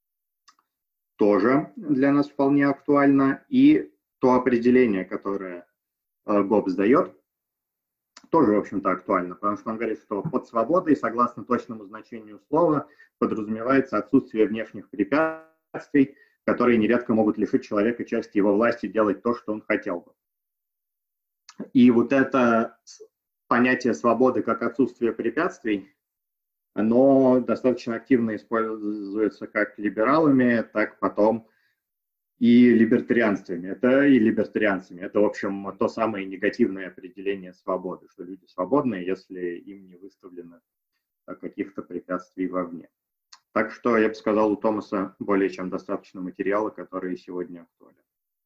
тоже для нас вполне актуально. И то определение, которое Гоббс дает, тоже, в общем-то, актуально, потому что он говорит, что под свободой, согласно точному значению слова, подразумевается отсутствие внешних препятствий, которые нередко могут лишить человека части его власти делать то, что он хотел бы. И вот это понятие свободы как отсутствие препятствий, оно достаточно активно используется как либералами, так потом и либертарианцами. Это, в общем, то самое негативное определение свободы, что люди свободны, если им не выставлено каких-то препятствий вовне. Так что я бы сказал, у Томаса более чем достаточно материала, которые сегодня актуальны.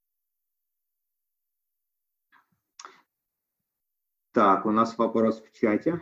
Так, у нас вопрос в чате.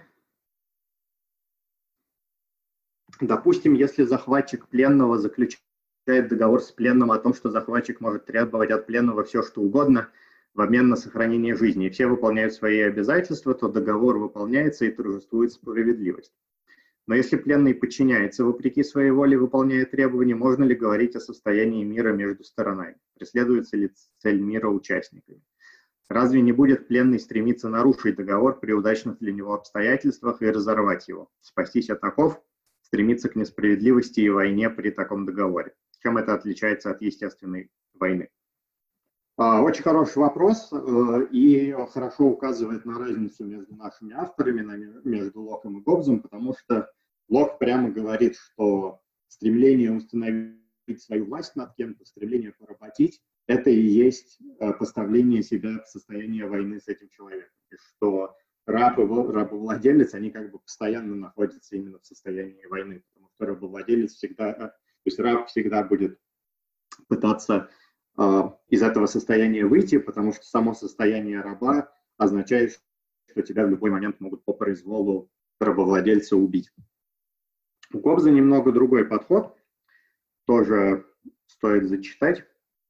Допустим, если захватчик пленного заключает договор с пленным о том, что захватчик может требовать от пленного все, что угодно в обмен на сохранение жизни, и все выполняют свои обязательства, то договор выполняется и торжествует справедливость. Но если пленный подчиняется вопреки своей воле, выполняя требования, можно ли говорить о состоянии мира между сторонами? Преследуется ли цель мира участниками? Разве не будет пленный стремиться нарушить договор при удачных для него обстоятельствах и разорвать его? Спастись от оков, стремиться к несправедливости и войне при таком договоре. Чем это отличается от естественной войны? Очень хороший вопрос и хорошо указывает на разницу между нашими авторами, между Локом и Гоббсом, потому что Лок прямо говорит, что стремление установить свою власть над кем-то, стремление поработить, это и есть поставление себя в состояние войны с этим человеком. И что раб и рабовладелец, они как бы постоянно находятся именно в состоянии войны, потому что рабовладелец всегда, то есть раб всегда будет пытаться из этого состояния выйти, потому что само состояние раба означает, что тебя в любой момент могут по произволу рабовладельца убить. У Гоббса немного другой подход, тоже стоит зачитать,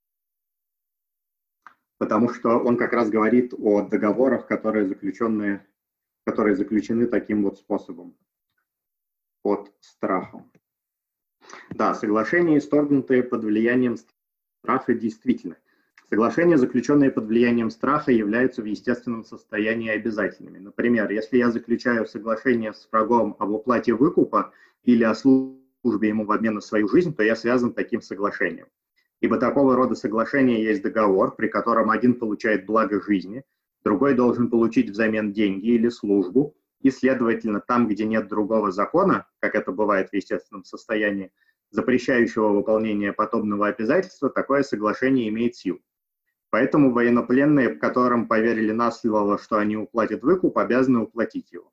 потому что он как раз говорит о договорах, которые заключены таким вот способом, под страхом. Да, соглашения, исторгнутые под влиянием страха, действительно. Соглашения, заключенные под влиянием страха, являются в естественном состоянии обязательными. Например, если я заключаю соглашение с врагом об уплате выкупа или о службе ему в обмен на свою жизнь, то я связан таким соглашением. Ибо такого рода соглашение есть договор, при котором один получает благо жизни, другой должен получить взамен деньги или службу, и, следовательно, там, где нет другого закона, как это бывает в естественном состоянии, запрещающего выполнение подобного обязательства, такое соглашение имеет силу. Поэтому военнопленные, которым поверили на слово, что они уплатят выкуп, обязаны уплатить его.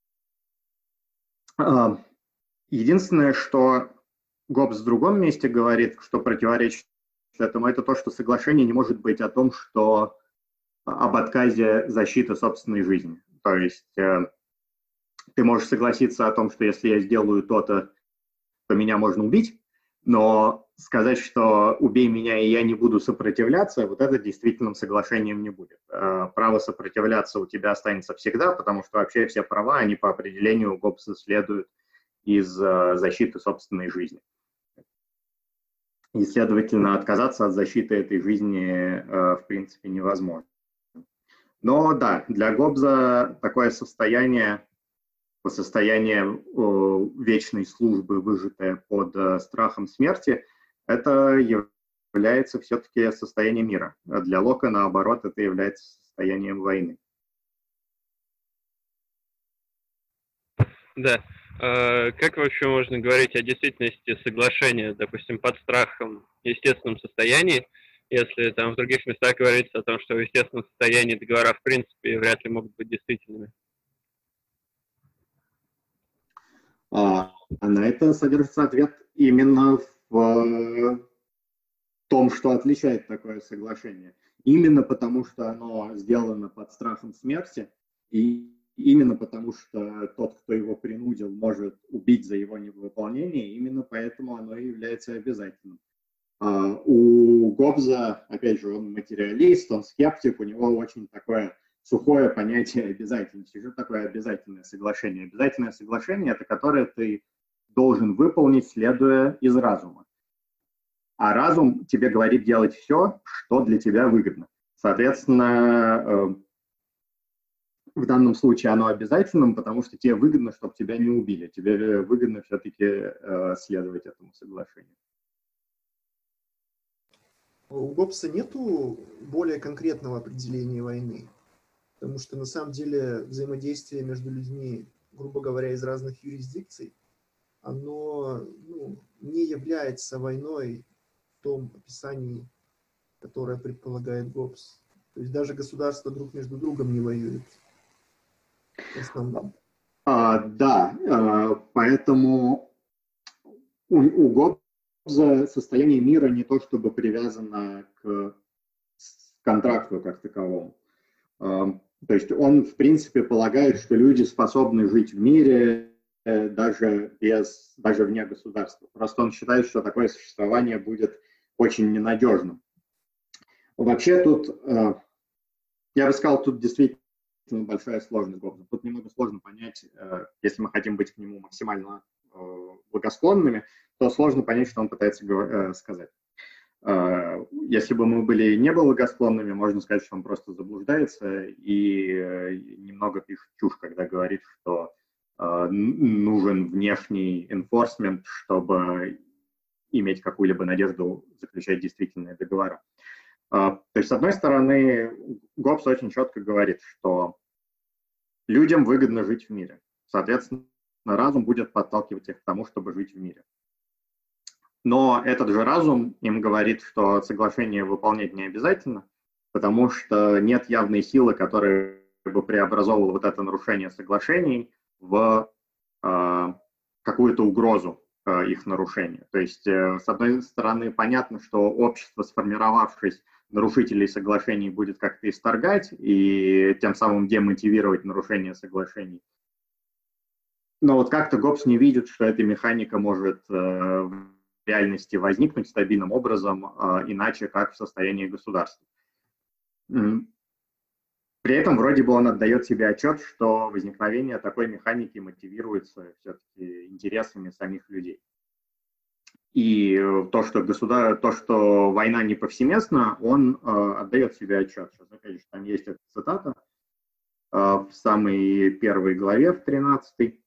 Единственное, что Гоббс в другом месте говорит, что противоречит этому, это то, что соглашение не может быть о том, что об отказе защиты собственной жизни. То есть ты можешь согласиться о том, что если я сделаю то-то, то меня можно убить, но сказать, что убей меня, и я не буду сопротивляться, вот это действительным соглашением не будет. Право сопротивляться у тебя останется всегда, потому что вообще все права, они по определению Гоббса следуют из защиты собственной жизни. И, следовательно, отказаться от защиты этой жизни, в принципе, невозможно. Но да, для Гоббса такое состояние вечной службы, выжатое под страхом смерти, это является все-таки состоянием мира. А для Лока, наоборот, это является состоянием войны. Да. Как вообще можно говорить о действительности соглашения, допустим, под страхом в естественном состоянии, если там в других местах говорится о том, что в естественном состоянии договора в принципе вряд ли могут быть действительными? На это содержится ответ именно в том, что отличает такое соглашение. Именно потому, что оно сделано под страхом смерти, и именно потому, что тот, кто его принудил, может убить за его невыполнение, именно поэтому оно и является обязательным. У Гоббса, опять же, он материалист, он скептик, у него очень такое сухое понятие обязательности. Что такое обязательное соглашение? Обязательное соглашение – это которое ты должен выполнить, следуя из разума. А разум тебе говорит делать все, что для тебя выгодно. Соответственно, в данном случае оно обязательным, потому что тебе выгодно, чтобы тебя не убили. Тебе выгодно все-таки следовать этому соглашению. У Гоббса нету более конкретного определения войны, потому что на самом деле взаимодействие между людьми, грубо говоря, из разных юрисдикций, оно не является войной в том описании, которое предполагает Гоббс. То есть даже государства друг между другом не воюют. В основном. Да, поэтому у Гоббса состояние мира не то чтобы привязано к контракту как таковому. То есть он, в принципе, полагает, что люди способны жить в мире даже вне государства. Просто он считает, что такое существование будет очень ненадежным. Вообще тут, я бы сказал, тут действительно большая сложность Гоббса. Тут немного сложно понять, если мы хотим быть к нему максимально благосклонными, то сложно понять, что он пытается сказать. Если бы мы были неблагосклонными, можно сказать, что он просто заблуждается и немного пишет чушь, когда говорит, что нужен внешний enforcement, чтобы иметь какую-либо надежду заключать действительные договора. То есть, с одной стороны, Гоббс очень четко говорит, что людям выгодно жить в мире. Соответственно, разум будет подталкивать их к тому, чтобы жить в мире. Но этот же разум им говорит, что соглашение выполнять не обязательно, потому что нет явной силы, которая бы преобразовывала вот это нарушение соглашений в какую-то угрозу их нарушения. То есть, с одной стороны, понятно, что общество, сформировавшись, нарушителей соглашений будет как-то исторгать и тем самым демотивировать нарушение соглашений. Но вот как-то Гоббс не видит, что эта механика может в реальности возникнуть стабильным образом, иначе как в состоянии государства. При этом вроде бы он отдает себе отчет, что возникновение такой механики мотивируется все-таки интересами самих людей. И то, что война не повсеместна, он отдает себе отчет. Сейчас, опять же, там есть эта цитата в самой первой главе, в 13-й.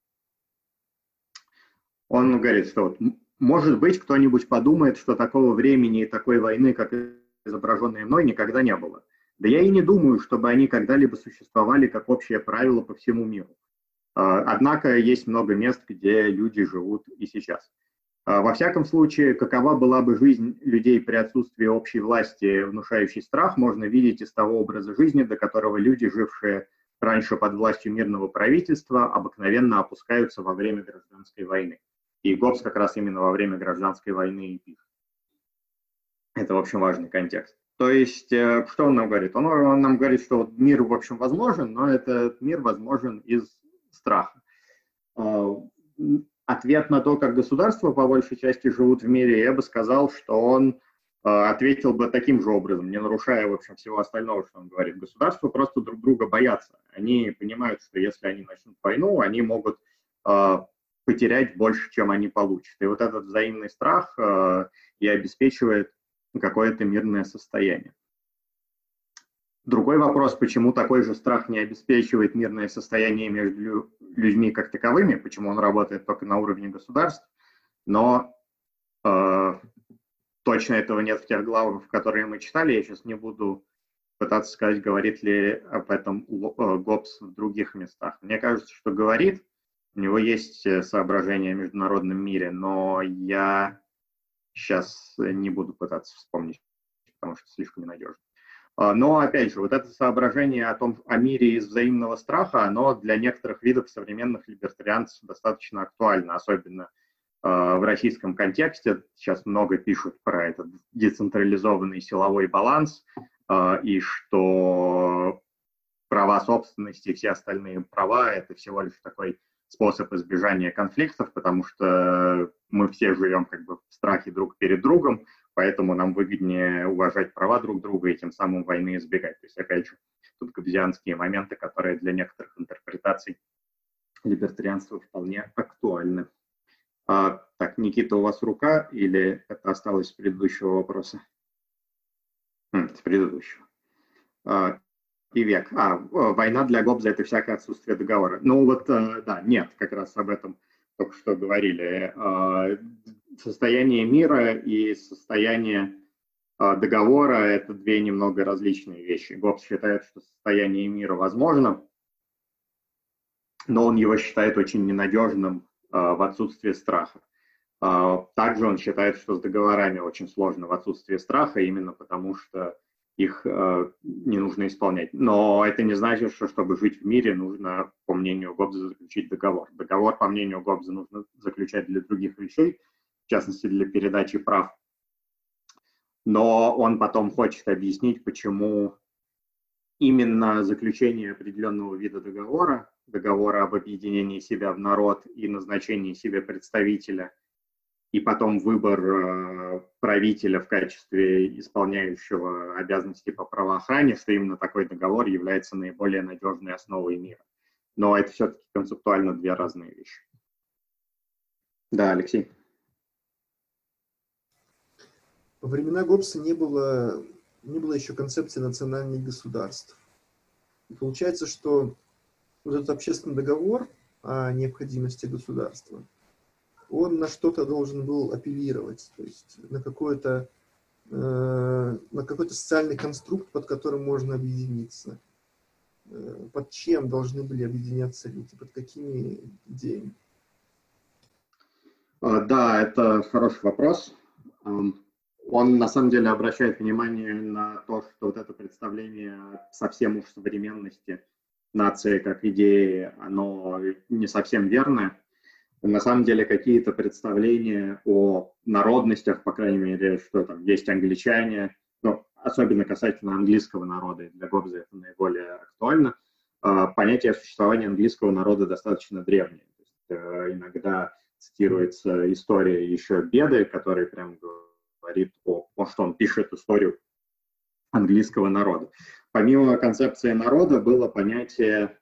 Он говорит, что вот, может быть, кто-нибудь подумает, что такого времени и такой войны, как изображенной мной, никогда не было. Да я и не думаю, чтобы они когда-либо существовали как общее правило по всему миру. Однако есть много мест, где люди живут и сейчас. Во всяком случае, какова была бы жизнь людей при отсутствии общей власти, внушающей страх, можно видеть из того образа жизни, до которого люди, жившие раньше под властью мирного правительства, обыкновенно опускаются во время гражданской войны. И Гоббс как раз именно во время гражданской войны и пишет. Это, в общем, важный контекст. То есть, что он нам говорит? Он нам говорит, что мир, в общем, возможен, но этот мир возможен из страха. Ответ на то, как государства по большей части живут в мире, я бы сказал, что он ответил бы таким же образом, не нарушая, в общем, всего остального, что он говорит. Государства просто друг друга боятся. Они понимают, что если они начнут войну, они могут потерять больше, чем они получат. И вот этот взаимный страх и обеспечивает какое-то мирное состояние. Другой вопрос, почему такой же страх не обеспечивает мирное состояние между людьми как таковыми, почему он работает только на уровне государств, но точно этого нет в тех главах, которые мы читали. Я сейчас не буду пытаться сказать, говорит ли об этом Гоббс в других местах. Мне кажется, что говорит, у него есть соображения о международном мире, но я сейчас не буду пытаться вспомнить, потому что слишком ненадежно. Но, опять же, вот это соображение о мире из взаимного страха, оно для некоторых видов современных либертарианцев достаточно актуально, особенно в российском контексте. Сейчас много пишут про этот децентрализованный силовой баланс, и что права собственности и все остальные права – это всего лишь такой способ избежания конфликтов, потому что мы все живем как бы в страхе друг перед другом, поэтому нам выгоднее уважать права друг друга и тем самым войны избегать. То есть, опять же, тут гоббсианские моменты, которые для некоторых интерпретаций либертарианства вполне актуальны. Так, Никита, у вас рука или это осталось с предыдущего вопроса? С предыдущего. И век. Война для Гоббса – это всякое отсутствие договора. Ну вот, да, нет, как раз об этом только что говорили. Состояние мира и состояние договора – это две немного различные вещи. Гоббс считает, что состояние мира возможно, но он его считает очень ненадежным в отсутствии страха. Также он считает, что с договорами очень сложно в отсутствии страха, именно потому что их не нужно исполнять. Но это не значит, что чтобы жить в мире, нужно, по мнению Гоббса, заключить договор. Договор, по мнению Гоббса, нужно заключать для других вещей, в частности для передачи прав. Но он потом хочет объяснить, почему именно заключение определенного вида договора об объединении себя в народ и назначении себе представителя, и потом выбор правителя в качестве исполняющего обязанности по правоохране, что именно такой договор является наиболее надежной основой мира. Но это все-таки концептуально две разные вещи. Да, Алексей. Во времена Гоббса не было еще концепции национальных государств. И получается, что вот этот общественный договор о необходимости государства, он на что-то должен был апеллировать, то есть на какой-то социальный конструкт, под которым можно объединиться. Под чем должны были объединяться люди, под какими идеями? Да, это хороший вопрос. Он на самом деле обращает внимание на то, что вот это представление совсем уж современности нации как идеи, оно не совсем верное. На самом деле какие-то представления о народностях, по крайней мере, что там есть англичане, ну, особенно касательно английского народа, и для Гоббса это наиболее актуально, понятие существования английского народа достаточно древнее. То есть, иногда цитируется история еще Беды, который прям говорит что он пишет историю английского народа. Помимо концепции народа было понятие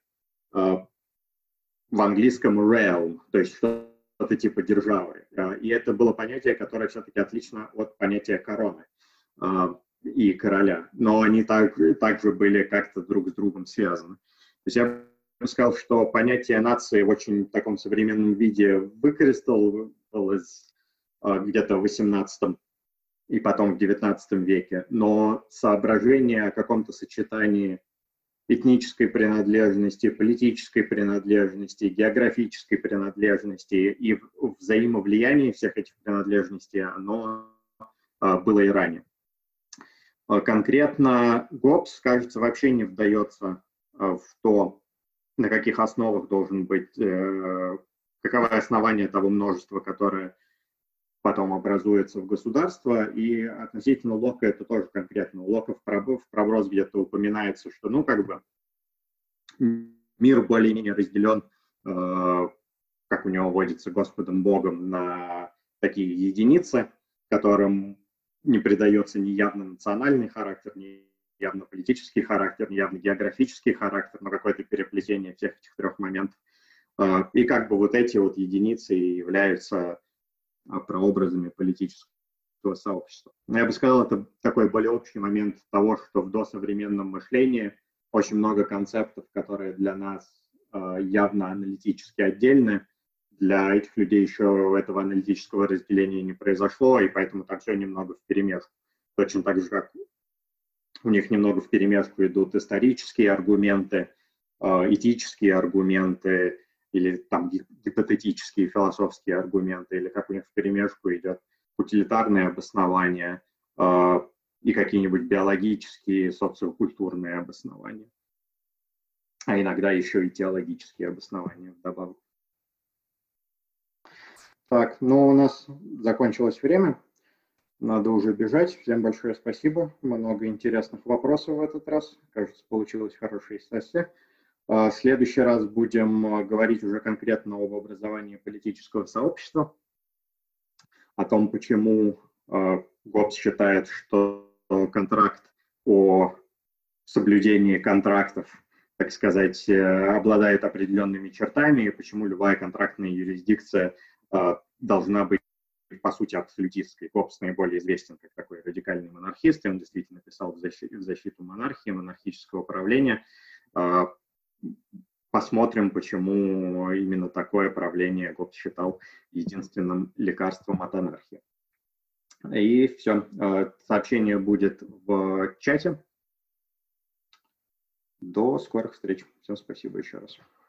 в английском realm, то есть что-то типа державы. И это было понятие, которое все-таки отлично от понятия короны и короля. Но они также были как-то друг с другом связаны. То есть я бы сказал, что понятие нации в очень таком современном виде выкристаллизовалось где-то в XVIII и потом в XIX веке. Но соображение о каком-то сочетании этнической принадлежности, политической принадлежности, географической принадлежности и взаимовлияние всех этих принадлежностей, оно было и ранее. Конкретно Гоббс, кажется, вообще не вдается в то, на каких основах должен быть, каково основание того множества, которое потом образуется в государство, и относительно Лока это тоже конкретно. У Лока в проброс где-то упоминается, что, мир более-менее разделен, как у него водится, Господом Богом, на такие единицы, которым не придается ни явно национальный характер, ни явно политический характер, ни явно географический характер, но какое-то переплетение всех этих трех моментов. И как бы вот эти вот единицы являются прообразами политического сообщества. Я бы сказал, это такой более общий момент того, что в досовременном мышлении очень много концептов, которые для нас явно аналитически отдельны. Для этих людей еще этого аналитического разделения не произошло, и поэтому так все немного вперемешку. Точно так же, как у них немного вперемешку идут исторические аргументы, этические аргументы, или там гипотетические философские аргументы, или как у них вперемешку идет утилитарное обоснование и какие-нибудь биологические, социокультурные обоснования. А иногда еще и теологические обоснования вдобавок. Так, у нас закончилось время. Надо уже бежать. Всем большое спасибо. Много интересных вопросов в этот раз. Кажется, получилась хорошая сессия. В следующий раз будем говорить уже конкретно об образовании политического сообщества, о том, почему Гоббс считает, что контракт о соблюдении контрактов, так сказать, обладает определенными чертами, и почему любая контрактная юрисдикция должна быть, по сути, абсолютистской. Гоббс наиболее известен как такой радикальный монархист, и он действительно писал в защиту монархии, монархического правления. Посмотрим, почему именно такое правление Гоббс считал единственным лекарством от анархии. И все. Сообщение будет в чате. До скорых встреч. Всем спасибо еще раз.